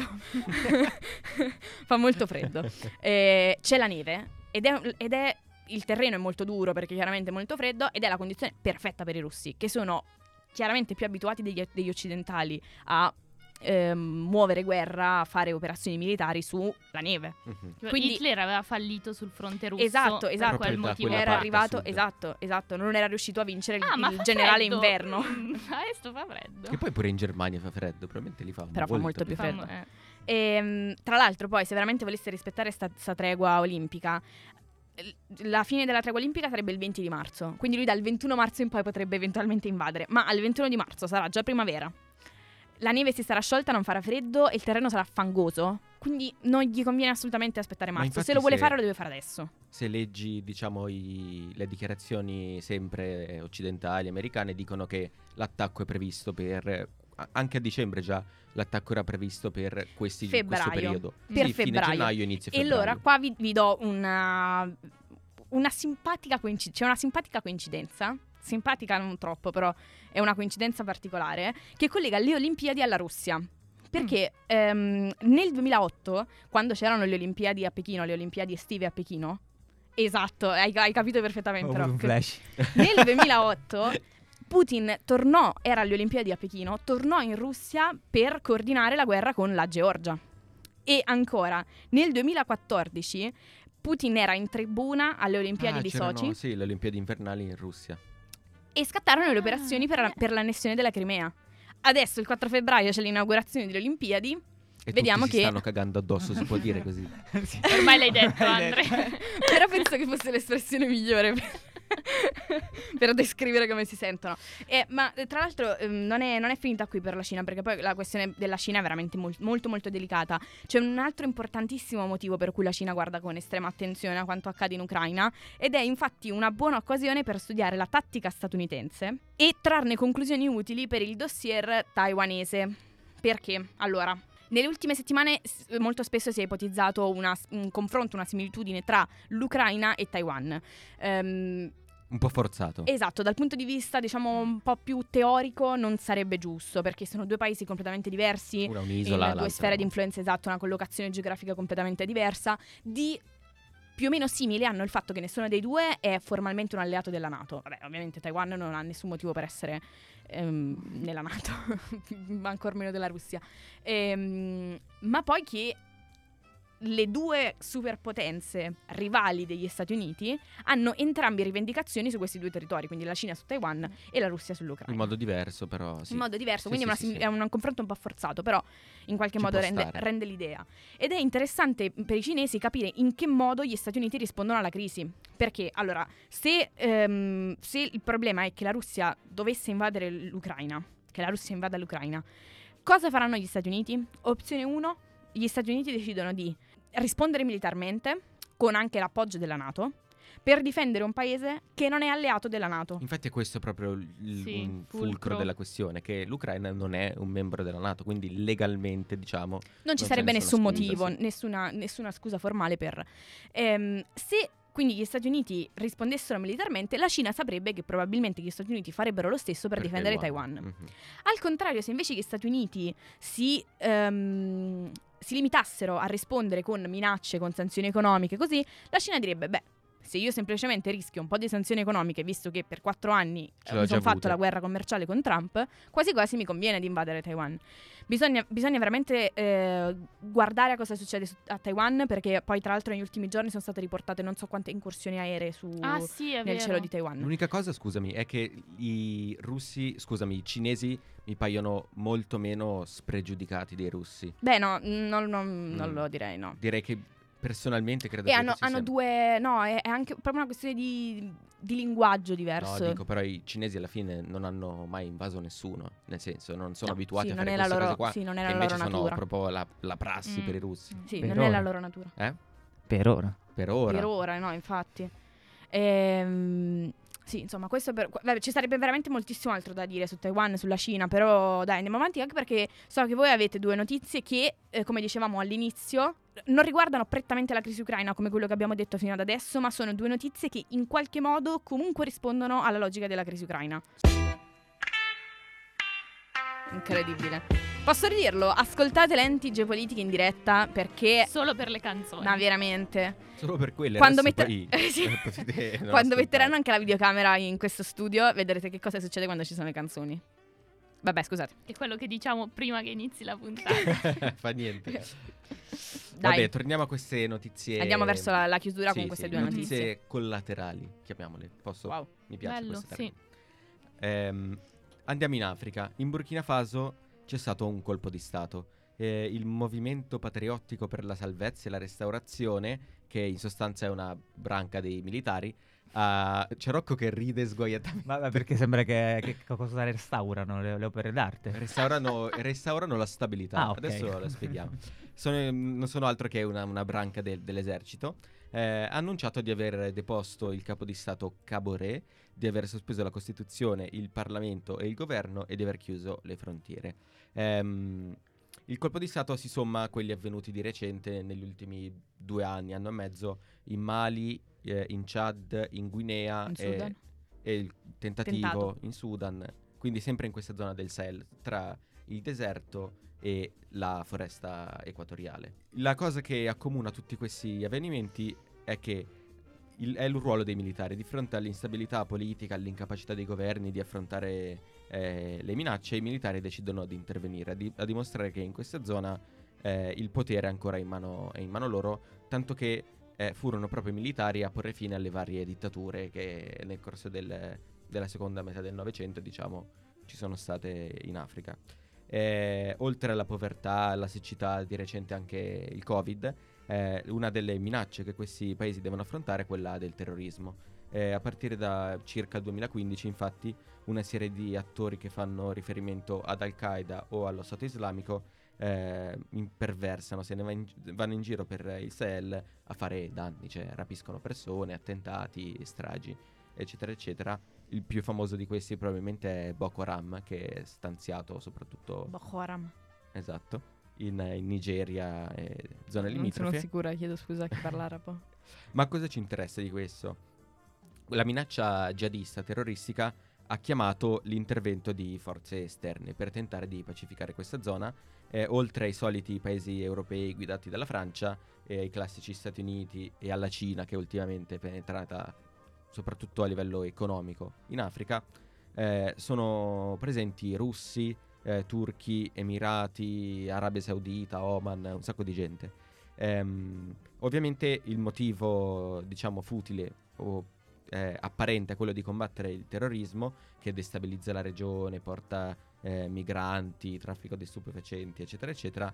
Fa molto freddo. Eh, c'è la neve ed è, ed è il terreno è molto duro perché chiaramente è molto freddo ed è la condizione perfetta per i russi, che sono chiaramente più abituati degli, degli occidentali a ehm, muovere guerra, a fare operazioni militari sulla neve. Mhm. Quindi- Hitler aveva fallito sul fronte russo. Esatto, per esatto. quel Proprio da motivo. quella Era parte arrivato, sud. esatto, esatto, non era riuscito a vincere il, Ah, ma il fa generale freddo. inverno. Mm, Adesso fa freddo. Che poi pure in Germania fa freddo, probabilmente li fa Però fa molto più Fa- freddo. eh. E, tra l'altro poi se veramente volesse rispettare sta, sta tregua olimpica, l- la fine della tregua olimpica sarebbe il venti di marzo, quindi lui dal ventuno marzo in poi potrebbe eventualmente invadere, ma al ventuno di marzo sarà già primavera, la neve si sarà sciolta, non farà freddo e il terreno sarà fangoso, quindi non gli conviene assolutamente aspettare Ma marzo. infatti Se lo vuole se- fare lo deve fare adesso. Se leggi, diciamo, i- le dichiarazioni sempre occidentali, americane, dicono che l'attacco è previsto per a- anche a dicembre già l'attacco era previsto per questi, questo Febbraio. periodo. Per Sì, fine febbraio. gennaio, inizio E febbraio. allora qua vi, vi do una, una simpatica coincidenza. C'è una simpatica coincidenza. Simpatica non troppo, però è una coincidenza particolare che collega le Olimpiadi alla Russia. Perché ehm, nel duemilaotto, quando c'erano le Olimpiadi a Pechino, le Olimpiadi estive a Pechino, esatto, hai, hai capito Ho perfettamente. avuto un Rock. flash. Nel duemilaotto Putin tornò, era alle Olimpiadi a Pechino, tornò in Russia per coordinare la guerra con la Georgia. E ancora, nel duemilaquattordici Putin era in tribuna alle Olimpiadi Ah, di c'erano, Sochi sì, le Olimpiadi invernali in Russia. e scattarono le Ah, operazioni per, eh. per l'annessione della Crimea. Adesso il quattro febbraio c'è l'inaugurazione delle Olimpiadi. E Vediamo tutti si che- stanno cagando addosso, si può dire così. Sì. Ormai l'hai detto, L'hai Andre. Però penso che fosse l'espressione migliore per, per descrivere come si sentono. Eh, ma eh, tra l'altro ehm, non, è, non è finita qui per la Cina, perché poi la questione della Cina è veramente mol- molto molto delicata. C'è un altro importantissimo motivo per cui la Cina guarda con estrema attenzione a quanto accade in Ucraina, ed è infatti una buona occasione per studiare la tattica statunitense e trarne conclusioni utili per il dossier taiwanese. Perché? Allora, nelle ultime settimane s- molto spesso si è ipotizzato una- un confronto, una similitudine tra l'Ucraina e Taiwan. Ehm, Un po' forzato. esatto, dal punto di vista diciamo un po' più teorico non sarebbe giusto, perché sono due paesi completamente diversi, Una in un'isola, due l'altra sfere no. di influenza, esatto, una collocazione geografica completamente diversa. Di più o meno simile hanno il fatto che nessuno dei due è formalmente un alleato della NATO. Vabbè, ovviamente Taiwan non ha nessun motivo per essere ehm, nella NATO, ma ancor meno della Russia. Ehm, ma poi che le due superpotenze rivali degli Stati Uniti hanno entrambi rivendicazioni su questi due territori, quindi la Cina su Taiwan e la Russia sull'Ucraina. In modo diverso, però. Sì. In modo diverso, Sì, quindi sì, è, una sì, sim- sì. è un, un confronto un po' forzato, però in qualche Ci modo può rende, stare. rende l'idea. Ed è interessante per i cinesi capire in che modo gli Stati Uniti rispondono alla crisi. Perché, allora, se, ehm, se il problema è che la Russia dovesse invadere l'Ucraina, che la Russia invada l'Ucraina, cosa faranno gli Stati Uniti? Opzione uno, gli Stati Uniti decidono di rispondere militarmente, con anche l'appoggio della NATO, per difendere un paese che non è alleato della NATO. Infatti è questo proprio il il- Sì, un fulcro. fulcro della questione, che l'Ucraina non è un membro della NATO, quindi legalmente, diciamo, Non ci c'è sarebbe nessun nessuna scusa, motivo, sì. nessuna, nessuna scusa formale per... Ehm, se quindi gli Stati Uniti rispondessero militarmente, la Cina saprebbe che probabilmente gli Stati Uniti farebbero lo stesso per, difendere Taiwan. Mhm. Al contrario, se invece gli Stati Uniti si, ehm, si limitassero a rispondere con minacce, con sanzioni economiche, così, la Cina direbbe, beh, se io semplicemente rischio un po' di sanzioni economiche, visto che per quattro anni Ce eh, l'ho mi già sono fatto avute. la guerra commerciale con Trump, quasi quasi mi conviene di invadere Taiwan. Bisogna, bisogna veramente eh, guardare a cosa succede su- a Taiwan, perché poi tra l'altro negli ultimi giorni sono state riportate non so quante incursioni aeree su, Ah sì, è nel vero. cielo di Taiwan. L'unica cosa, scusami, è che i russi, scusami, i cinesi mi paiono molto meno spregiudicati dei russi. Beh no, non, non- non Mm. lo direi, no. Direi che personalmente credo E che hanno, così hanno sia. due... No, è, è anche proprio una questione di, di linguaggio diverso. No, dico, però i cinesi alla fine non hanno mai invaso nessuno, nel senso, non sono No, abituati sì, a non fare è la queste loro, cose qua, sì, non è che la invece loro sono natura. proprio la, la prassi Mm. per i russi. Sì, Per non è la ora. loro natura. Eh? Per ora. Per ora. Per ora, no, infatti. Ehm, sì, insomma, questo per... vabbè, ci sarebbe veramente moltissimo altro da dire su Taiwan, sulla Cina, però dai, andiamo avanti anche perché so che voi avete due notizie che, eh, come dicevamo all'inizio, non riguardano prettamente la crisi ucraina come quello che abbiamo detto fino ad adesso, ma sono due notizie che in qualche modo comunque rispondono alla logica della crisi ucraina. Incredibile. Posso ridirlo? Ascoltate Lenti Geopolitiche in diretta perché... Solo per le canzoni. Ma veramente... Solo per quelle. Quando, adesso metter- poi, eh, sì. eh, potete non Quando ascoltare. metteranno anche la videocamera in questo studio, vedrete che cosa succede quando ci sono le canzoni. Vabbè, scusate. È quello che diciamo prima che inizi la puntata. Fa niente. Dai, Vabbè, torniamo a queste notizie. andiamo verso la, la chiusura Sì, con queste sì, due notizie. notizie collaterali, chiamiamole. Posso? Wow. Mi piace Bello, questo sì. termine. Ehm, andiamo in Africa. In Burkina Faso c'è stato un colpo di stato. Eh, il Movimento Patriottico per la Salvezza e la Restaurazione, che in sostanza è una branca dei militari, a... C'è Rocco che ride sguaiatamente. Vabbè, perché sembra che, che cosa restaurano le, le opere d'arte. Restaurano, restaurano la stabilità. Ah, ok. Adesso lo spieghiamo. Sono, non sono altro che una, una branca del- dell'esercito. Eh, ha annunciato di aver deposto il capo di Stato Caboret, di aver sospeso la Costituzione, il Parlamento e il governo e di aver chiuso le frontiere. Ehm, il colpo di Stato si somma a quelli avvenuti di recente negli ultimi due anni, anno e mezzo, in Mali, eh, in Chad, in Guinea In e, Sudan. e il tentativo Tentato. in Sudan, quindi sempre in questa zona del Sahel, tra il deserto e la foresta equatoriale. La cosa che accomuna tutti questi avvenimenti è che il, è il ruolo dei militari di fronte all'instabilità politica, all'incapacità dei governi di affrontare eh, le minacce. I militari decidono di intervenire a, di- a dimostrare che in questa zona eh, il potere è ancora in mano, è in mano loro, tanto che eh, furono proprio i militari a porre fine alle varie dittature che nel corso del- della seconda metà del Novecento, diciamo, ci sono state in Africa. Eh, oltre alla povertà, alla siccità, di recente anche il Covid, eh, una delle minacce che questi paesi devono affrontare è quella del terrorismo. Eh, a partire da circa il duemilaquindici, infatti, una serie di attori che fanno riferimento ad Al-Qaeda o allo Stato islamico eh, imperversano, se ne va in gi- vanno in giro per il Sahel a fare danni, cioè rapiscono persone, attentati, stragi, eccetera, eccetera. Il più famoso di questi probabilmente è Boko Haram, che è stanziato soprattutto, Boko Haram. esatto, in, in Nigeria e zone Non limitrofe. sono sicura, chiedo scusa a chi parla arabo. Ma cosa ci interessa di questo? La minaccia jihadista terroristica ha chiamato l'intervento di forze esterne per tentare di pacificare questa zona, eh, oltre ai soliti paesi europei guidati dalla Francia e ai classici Stati Uniti e alla Cina, che ultimamente è penetrata soprattutto a livello economico in Africa. Eh, sono presenti russi, eh, turchi, emirati, Arabia Saudita, Oman, un sacco di gente. Ehm, ovviamente il motivo, diciamo, futile o eh, apparente è quello di combattere il terrorismo, che destabilizza la regione, porta eh, migranti, traffico di stupefacenti, eccetera, eccetera.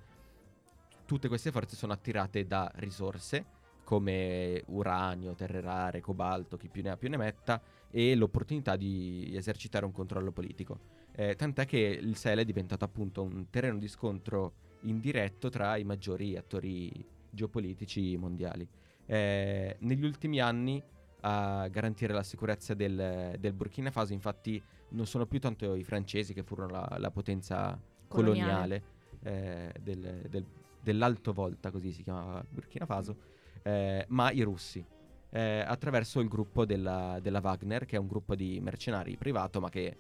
Tutte queste forze sono attirate da risorse come uranio, terre rare, cobalto, chi più ne ha più ne metta, e l'opportunità di esercitare un controllo politico. Eh, tant'è che il Sahel è diventato appunto un terreno di scontro indiretto tra i maggiori attori geopolitici mondiali. Eh, negli ultimi anni a garantire la sicurezza del, del Burkina Faso, infatti, non sono più tanto i francesi, che furono la, la potenza coloniale, Coloniale. eh, del, del- dell'Alto Volta, così si chiamava Burkina Faso, eh, ma i russi, eh, attraverso il gruppo della, della Wagner, che è un gruppo di mercenari privato, ma che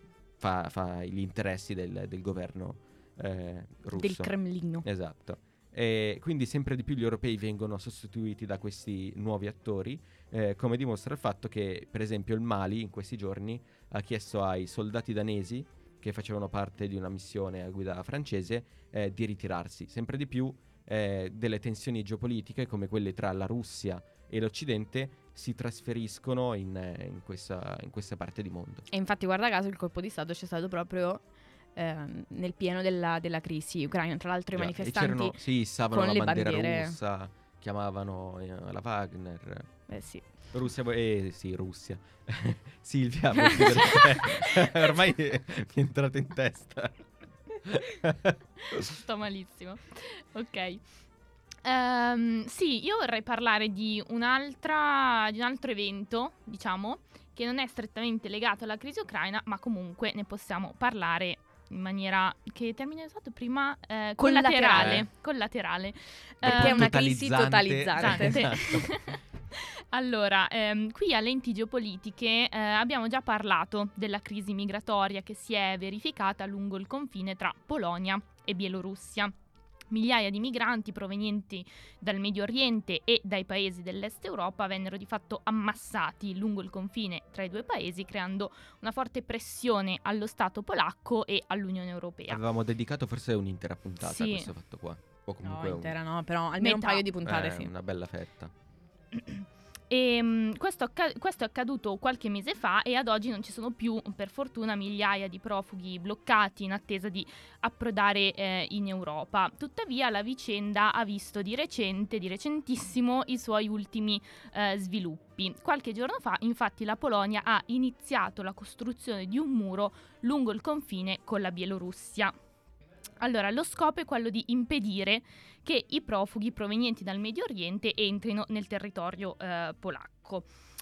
fa, fa gli interessi del, del governo eh, russo. Del Cremlino. Esatto. E quindi sempre di più gli europei vengono sostituiti da questi nuovi attori, eh, come dimostra il fatto che, per esempio, il Mali in questi giorni ha chiesto ai soldati danesi che facevano parte di una missione a guida francese eh, di ritirarsi. Sempre di più eh, delle tensioni geopolitiche, come quelle tra la Russia e l'Occidente, si trasferiscono in, eh, in questa, in questa parte di mondo. E infatti, guarda caso, il colpo di Stato c'è stato proprio ehm, nel pieno della, della crisi ucraina. Tra l'altro i Già, e manifestanti... c'erano, sì, issavano con la le bandiera bandiere. russa, chiamavano eh, la Wagner. Eh sì. Russia, eh sì, Russia. Silvia, vuoi chiudere te? Ormai mi è entrato in testa. Sto malissimo. Ok. Ehm, sì, io vorrei parlare di un'altra, di un altro evento, diciamo, che non è strettamente legato alla crisi ucraina, ma comunque ne possiamo parlare in maniera, che termine hai usato prima? Eh, collaterale. Collaterale. Perché è Ehm, una crisi totalizzante. Esatto. Allora, ehm, qui a Lenti Geopolitiche eh, abbiamo già parlato della crisi migratoria che si è verificata lungo il confine tra Polonia e Bielorussia. Migliaia di migranti provenienti dal Medio Oriente e dai paesi dell'Est Europa vennero di fatto ammassati lungo il confine tra i due paesi, creando una forte pressione allo Stato polacco e all'Unione Europea. Avevamo dedicato forse un'intera puntata Sì. a questo fatto qua. O comunque No, un- intera no, però almeno un Metà. paio di puntate, eh, sì. una bella fetta. E mh, questo, acca- questo è accaduto qualche mese fa e ad oggi non ci sono più, per fortuna, migliaia di profughi bloccati in attesa di approdare eh, in Europa. Tuttavia la vicenda ha visto di recente, di recentissimo, i suoi ultimi eh, sviluppi. Qualche giorno fa, infatti, la Polonia ha iniziato la costruzione di un muro lungo il confine con la Bielorussia. Allora, lo scopo è quello di impedire che i profughi provenienti dal Medio Oriente entrino nel territorio eh, polacco.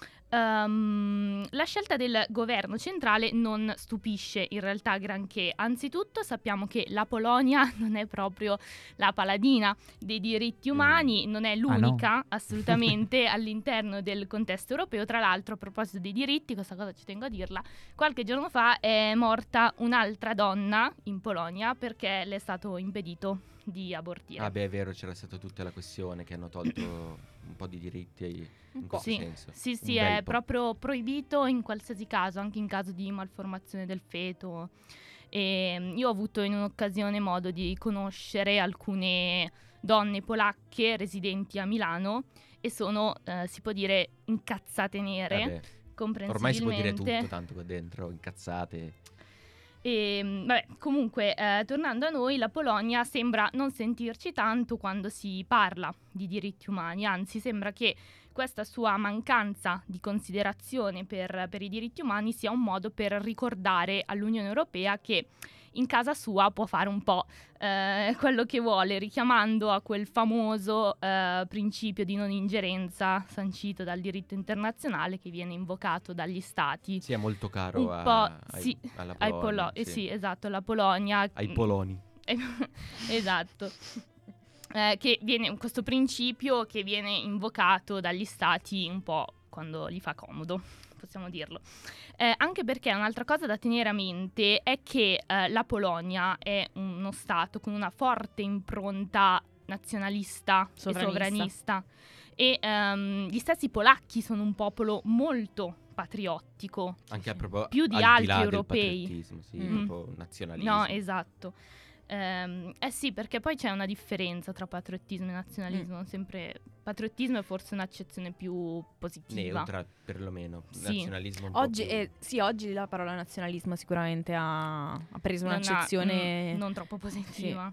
Um, la scelta del governo centrale non stupisce in realtà granché. Anzitutto sappiamo che la Polonia non è proprio la paladina dei diritti umani, non è l'unica Ah, no? assolutamente all'interno del contesto europeo. Tra l'altro, a proposito dei diritti, questa cosa ci tengo a dirla, qualche giorno fa è morta un'altra donna in Polonia perché le è stato impedito di abortire. Ah beh, è vero, c'era stata tutta la questione che hanno tolto un po' di diritti ai- in questo Sì, senso. sì, Un sì, bel è po'. proprio proibito in qualsiasi caso, anche in caso di malformazione del feto. E mm, io ho avuto in un'occasione modo di conoscere alcune donne polacche residenti a Milano e sono, eh, si può dire, incazzate nere, Vabbè, comprensibilmente. ormai si può dire tutto, tanto qua dentro, incazzate. E, mh, vabbè, comunque, eh, tornando a noi, la Polonia sembra non sentirci tanto quando si parla di diritti umani, anzi sembra che questa sua mancanza di considerazione per, per i diritti umani sia un modo per ricordare all'Unione Europea che in casa sua può fare un po' eh, quello che vuole, richiamando a quel famoso eh, principio di non ingerenza sancito dal diritto internazionale che viene invocato dagli stati. Sì, è molto caro Un a- po', ai- sì, alla Ai Polonia. Polo- eh sì. sì, esatto, la Polonia. Ai poloni. Esatto. Eh, che viene questo principio che viene invocato dagli stati un po' quando gli fa comodo, possiamo dirlo. Eh, anche perché un'altra cosa da tenere a mente è che eh, la Polonia è uno stato con una forte impronta nazionalista Sovranista. e sovranista e ehm, gli stessi polacchi sono un popolo molto patriottico. Anche a proprio Più di al altri là del europei. patriottismo, sì, Mm. proprio nazionalismo. No, esatto. Ehm, eh sì, perché poi c'è una differenza tra patriottismo e nazionalismo. Sempre patriottismo è forse un'accezione più positiva. Neutra, perlomeno. Sì. Nazionalismo un po' Oggi, più- eh, sì, oggi la parola nazionalismo sicuramente ha, ha preso Non ha- un'accezione... mm, non troppo positiva.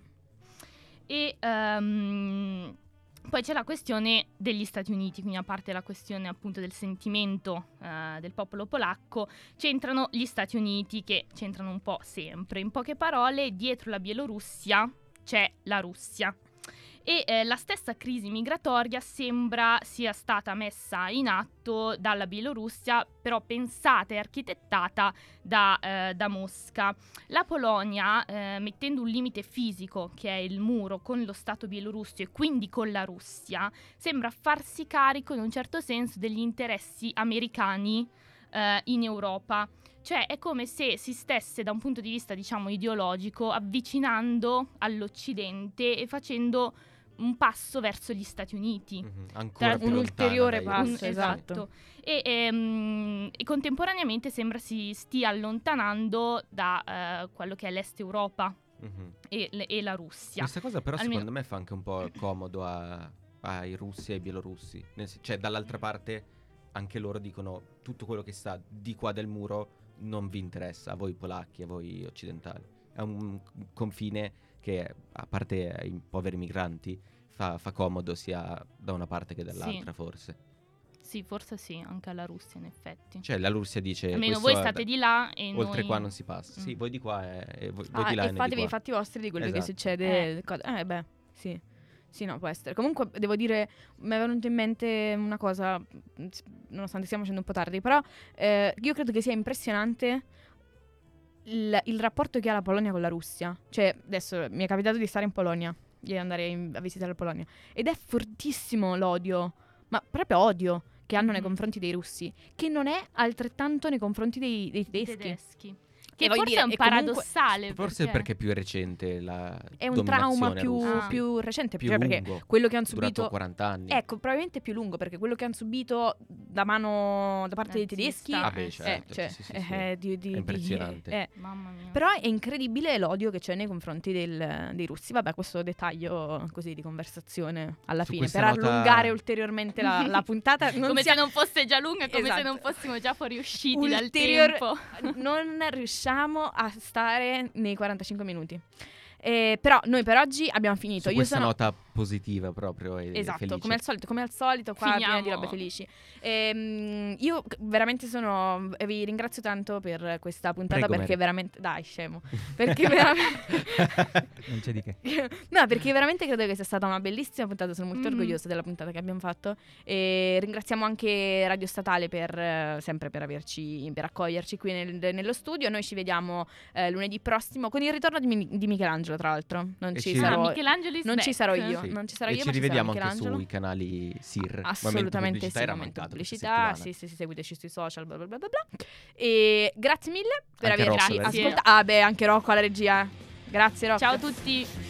E ehm, poi c'è la questione degli Stati Uniti, quindi a parte la questione appunto del sentimento eh, del popolo polacco, c'entrano gli Stati Uniti che c'entrano un po' sempre. In poche parole, dietro la Bielorussia c'è la Russia. E eh, la stessa crisi migratoria sembra sia stata messa in atto dalla Bielorussia, però pensata e architettata da, eh, da Mosca. La Polonia, eh, mettendo un limite fisico, che è il muro con lo Stato bielorusso e quindi con la Russia, sembra farsi carico in un certo senso degli interessi americani eh, in Europa. Cioè è come se si stesse da un punto di vista, diciamo, ideologico avvicinando all'Occidente e facendo un passo verso gli Stati Uniti. Mhm, ancora Tra- più un lontana ulteriore dai passo, russi, esatto. E, ehm, e contemporaneamente sembra si stia allontanando da eh, quello che è l'Est Europa sì. Mhm. e, le- e la Russia. Questa cosa però Almeno- secondo me fa anche un po' comodo a- ai russi e ai bielorussi. Nel sen- cioè dall'altra parte anche loro dicono tutto quello che sta di qua del muro non vi interessa, a voi polacchi, a voi occidentali. È un confine che, a parte ai poveri migranti, fa, fa comodo sia da una parte che dall'altra, forse. Sì, forse sì, anche alla Russia in effetti. Cioè la Russia dice Almeno questo voi è- state di là e oltre noi... qua non si passa. Sì, Mm. voi di qua e, e voi, voi Ah, di là e e noi di fatevi i qua. fatti vostri di quello che Esatto. succede. Eh. co- Eh, beh, sì. Sì, no, può essere. Comunque, devo dire, mi è venuta in mente una cosa, mh, s- nonostante stiamo facendo un po' tardi, però eh, io credo che sia impressionante il, il rapporto che ha la Polonia con la Russia. Cioè, adesso mi è capitato di stare in Polonia, di andare in- a visitare la Polonia, ed è fortissimo l'odio, ma proprio odio, che hanno nei Mhm. confronti dei russi, che non è altrettanto nei confronti dei, dei I tedeschi. tedeschi. Che voglio forse dire, è un e comunque- paradossale. Forse perché è più recente la È un trauma dominazione più, russa. Ah. più recente, Più cioè perché lungo, quello che hanno durato subito... quaranta anni. Ecco, probabilmente più lungo, perché quello che hanno subito da mano da parte dei tedeschi Nazista. Ah, beh, eh, certo, eh, cioè, sì, sì, sì, sì. eh, di- di- È di- impressionante. eh. Mamma mia. Però è incredibile l'odio che c'è nei confronti del- dei russi. Vabbè, questo dettaglio così di conversazione alla Su fine, per questa nota- allungare ulteriormente la, la puntata. Non come sia- se non fosse già lunga, come se Esatto. non fossimo già fuoriusciti dal Ulterior- tempo. non riusciamo a stare nei quarantacinque minuti. Eh, però noi per oggi abbiamo finito. Su Io questa sono... nota positiva proprio e Esatto, felice. come al solito, come al solito qua piena di Finiamo. robe felici. Ehm, io c- veramente sono vi ringrazio tanto per questa puntata Prego, perché Mary. veramente dai, scemo. Perché veramente Non c'è di che. No, perché veramente credo che sia stata una bellissima puntata, sono molto Mhm. orgogliosa della puntata che abbiamo fatto e ringraziamo anche Radio Statale per eh, sempre per averci per accoglierci qui nel- nello studio. Noi ci vediamo eh, lunedì prossimo con il ritorno di, Mi- di Michelangelo, tra l'altro. Non E ci ci- sarò Ah, Michelangelo is non ci back. sarò io. Sì. Non ci sarò e io, ci ma ci sarà rivediamo anche Michelangelo. sui canali S I R. Assolutamente Momento sì, pubblicità era momento mancato questa pubblicità, settimana. sì, sì, sì, seguiteci sui social, bla bla bla bla bla. E grazie mille per Anche averci Rocco, Grazie. ascoltato. Ah, beh, anche Rocco alla regia. Grazie Rocco. Ciao a tutti.